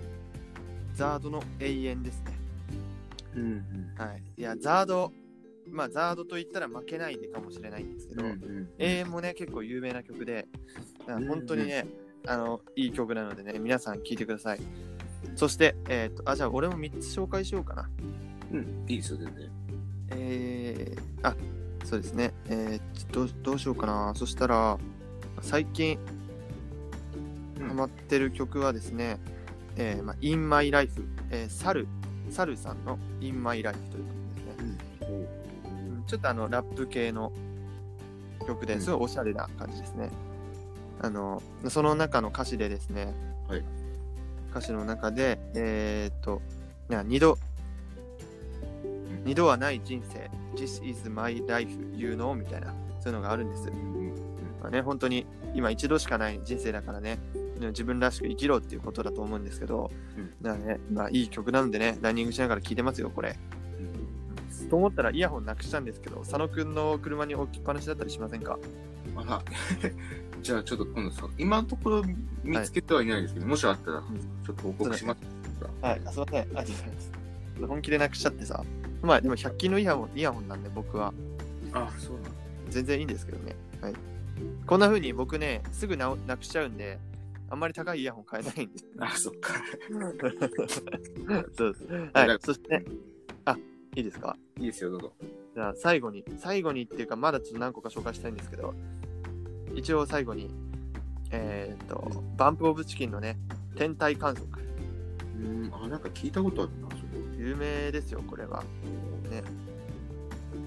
Speaker 1: 永遠ですね。はい。いや、ザードと言ったら負けないでかもしれないんですけど、永遠もね、結構有名な曲で、本当にね、いい曲なのでね、皆さん聴いてください。そして、じゃあ俺も3つ紹介しようかな。
Speaker 2: いいですよ、全然。
Speaker 1: そうですね。どうしようかな。そしたら、最近、ハマってる曲はですね、In My Life、サルさんの In My Life という曲ですね。ちょっとラップ系の曲ですごいおしゃれな感じですね。その中の歌詞でですね、歌詞の中で、二度はない人生 This is my life you know みたいなそういうのがあるんです。まあね、本当に今一度しかない人生だからね、自分らしく生きろっていうことだと思うんですけど、だからね、まあいい曲なのでね、ランニングしながら聴いてますよこれ。と思ったらイヤホンなくしたんですけど、佐野くんの車に置きっぱなしだったりしませんか？
Speaker 2: あらじゃあちょっと今度さ、今のところ見つけてはいないですけど、もしあったらちょっと報告します。
Speaker 1: はい、すいません、ありがとうございます。本気でなくしちゃってさ、まあでも100均のイヤホンなんで僕は。
Speaker 2: あ、そうなの。
Speaker 1: 全然いいんですけどね。はい。こんな風に僕ね、すぐなくしちゃうんで、あんまり高いイヤホン買えないんです。
Speaker 2: あ、そっか。
Speaker 1: そうです。はい。そして、いいですか？
Speaker 2: いいですよ、どうぞ。
Speaker 1: じゃあ最後にっていうか、まだちょっと何個か紹介したいんですけど、一応最後に、バンプオブチキンのね、天体観測。なん
Speaker 2: か聞いたことあるな、それ。
Speaker 1: 有名ですよ、これは。ね。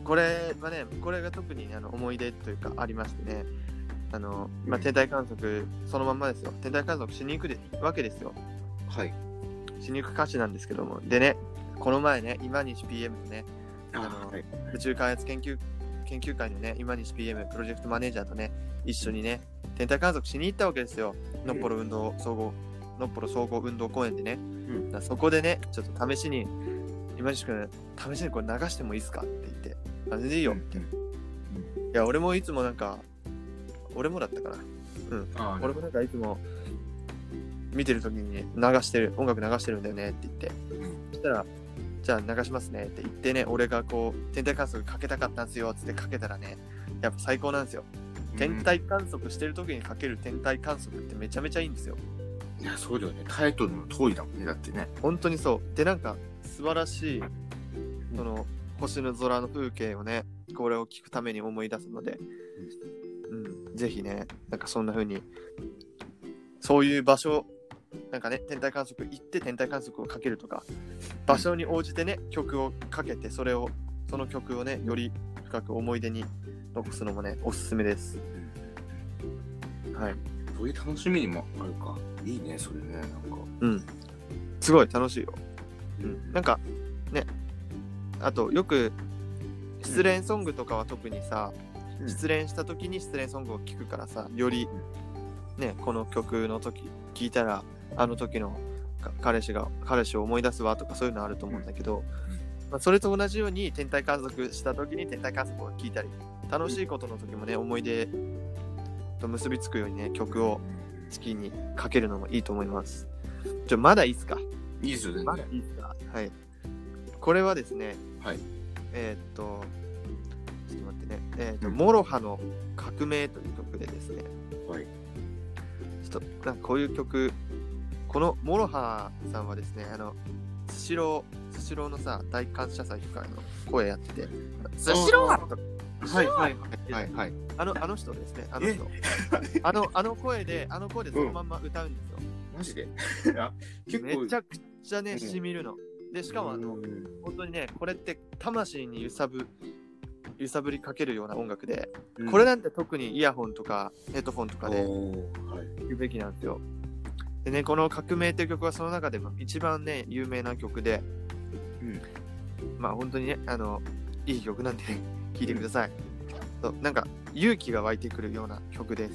Speaker 1: これはね、これが特に思い出というかありましてね、天体観測そのまんまですよ。天体観測しに行くわけですよ。
Speaker 2: はい。
Speaker 1: しに行く歌詞なんですけども、でね、この前ね、今西 PM とね、
Speaker 2: はい、
Speaker 1: 宇宙開発研究会のね、今西 PM プロジェクトマネージャーとね、一緒にね、天体観測しに行ったわけですよ。のっぽろ総合運動公園でね。そこでね、ちょっと試しに、今西くん、試しにこれ流してもいいですかって言って、全然いいよって。いや、俺もいつもなんか、俺もだったかな。俺もなんかいつも見てるときに音楽流してるんだよねって言って、そしたら、じゃあ流しますねって言ってね、俺がこう、天体観測かけたかったんですよってかけたらね、やっぱ最高なんですよ。天体観測してるときにかける天体観測ってめちゃめちゃいいんですよ。
Speaker 2: いや、そうだよね。タイトルの通りだもんね、だってね。
Speaker 1: 本当にそう。で、なんか、素晴らしい、その、星の空の風景をね、これを聞くために思い出すので、ぜひね、なんかそんな風に、そういう場所、なんかね、天体観測行って天体観測をかけるとか、場所に応じてね、曲をかけて、その曲をね、より深く思い出に残すのもね、おすすめです。はい。
Speaker 2: そういう楽しみにもあるか。いいね、それね、なんか。
Speaker 1: すごい楽しいよ。なんか、ね、あと、よく、失恋ソングとかは特にさ、失恋した時に失恋ソングを聴くからさ、より、ね、この曲の時聴いたら、あの時の彼氏を思い出すわとかそういうのあると思うんだけど、それと同じように天体観測した時に天体観測を聴いたり、楽しいことの時もね、思い出と結びつくようにね、曲を好きにかけるのもいいと思います。まだいいっすか？
Speaker 2: いいですよ、全然。
Speaker 1: まだいいっすか？はい。これはですね、
Speaker 2: はい。
Speaker 1: ちょっと待ってね、モロハの革命という曲でですね、
Speaker 2: はい。
Speaker 1: ちょっとなんかこういう曲、このモロハさんはですね、スシローのさ、大感謝祭とかの声やってて、スシロー
Speaker 2: はい。
Speaker 1: あの人ですね、あの声でそのまんま歌うんですよ。
Speaker 2: マジで
Speaker 1: 結構めちゃくちゃね、しみるの。で、しかも本当にね、これって魂に揺さぶりかけるような音楽で、これなんて特にイヤホンとかヘッドフォンとかで聴くべきなんですよ。でね、この革命っていう曲はその中でも一番ね、有名な曲で、まあ本当にね、いい曲なんでね、聴いてください。なんか勇気が湧いてくるような曲です。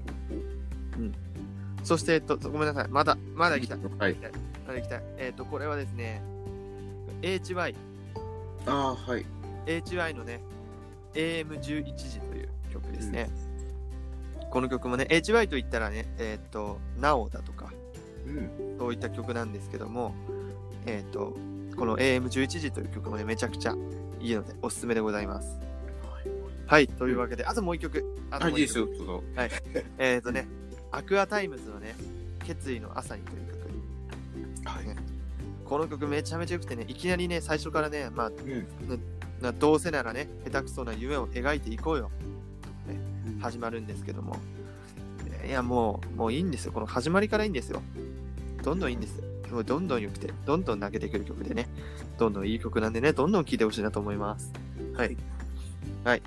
Speaker 1: そして、ごめんなさい。まだ行きたい。
Speaker 2: はい。
Speaker 1: まだ行きたい。これはですね、HY。
Speaker 2: はい。
Speaker 1: HY のね、AM11 時という曲ですね。この曲もね、HY と言ったらね、なおだとか、そういった曲なんですけども、この AM11 時という曲もね、めちゃくちゃいいので、おすすめでございます。はい、というわけで、あともう一曲。
Speaker 2: いいですよ、
Speaker 1: はい。ね、アクアタイムズのね、決意の朝にという曲。はい。この曲めちゃめちゃ良くてね、いきなりね、最初からね、どうせならね、下手くそな夢を描いていこうよ、とね、始まるんですけども。いや、もういいんですよ。この始まりからいいんですよ。どんどんいいんです。もうどんどん良くて、どんどん泣けてくる曲でね、どんどんいい曲なんでね、どんどん聴いてほしいなと思います。はい。はい。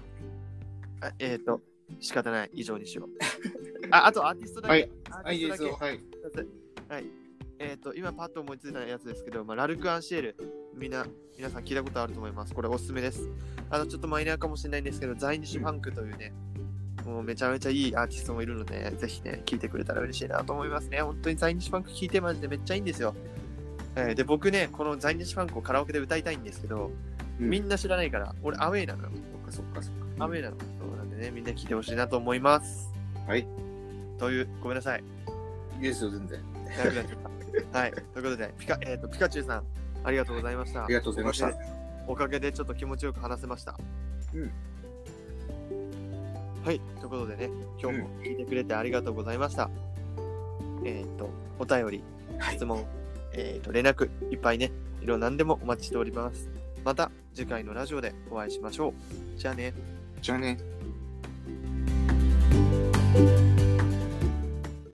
Speaker 1: 仕方ない。以上にしよう。あとアーティストだけ。
Speaker 2: はい。いいですよ。はい。
Speaker 1: はい。今パッと思いついたやつですけど、ラルク・アンシエル、皆さん聞いたことあると思います。これおすすめです。ちょっとマイナーかもしれないんですけど、在日ファンクというね、もうめちゃめちゃいいアーティストもいるので、ぜひね、聞いてくれたら嬉しいなと思いますね。本当に在日ファンク聞いてマジでめっちゃいいんですよ。で、僕ね、この在日ファンクをカラオケで歌いたいんですけど、みんな知らないから、俺アウェイなのよ。
Speaker 2: そっか。
Speaker 1: アウェイなの。そうなんでね、みんな聞いてほしいなと思います。
Speaker 2: はい。
Speaker 1: ごめんなさい。
Speaker 2: いいですよ、全然。
Speaker 1: はい。ということで、ピカチュウさん、ありがとうございました。
Speaker 2: ありがとうございました。
Speaker 1: おかげでちょっと気持ちよく話せました。はい。ということでね、今日も聞いてくれてありがとうございました。お便り、質問、連絡、いっぱいね、何でもお待ちしております。また次回のラジオでお会いしましょう。じゃあね。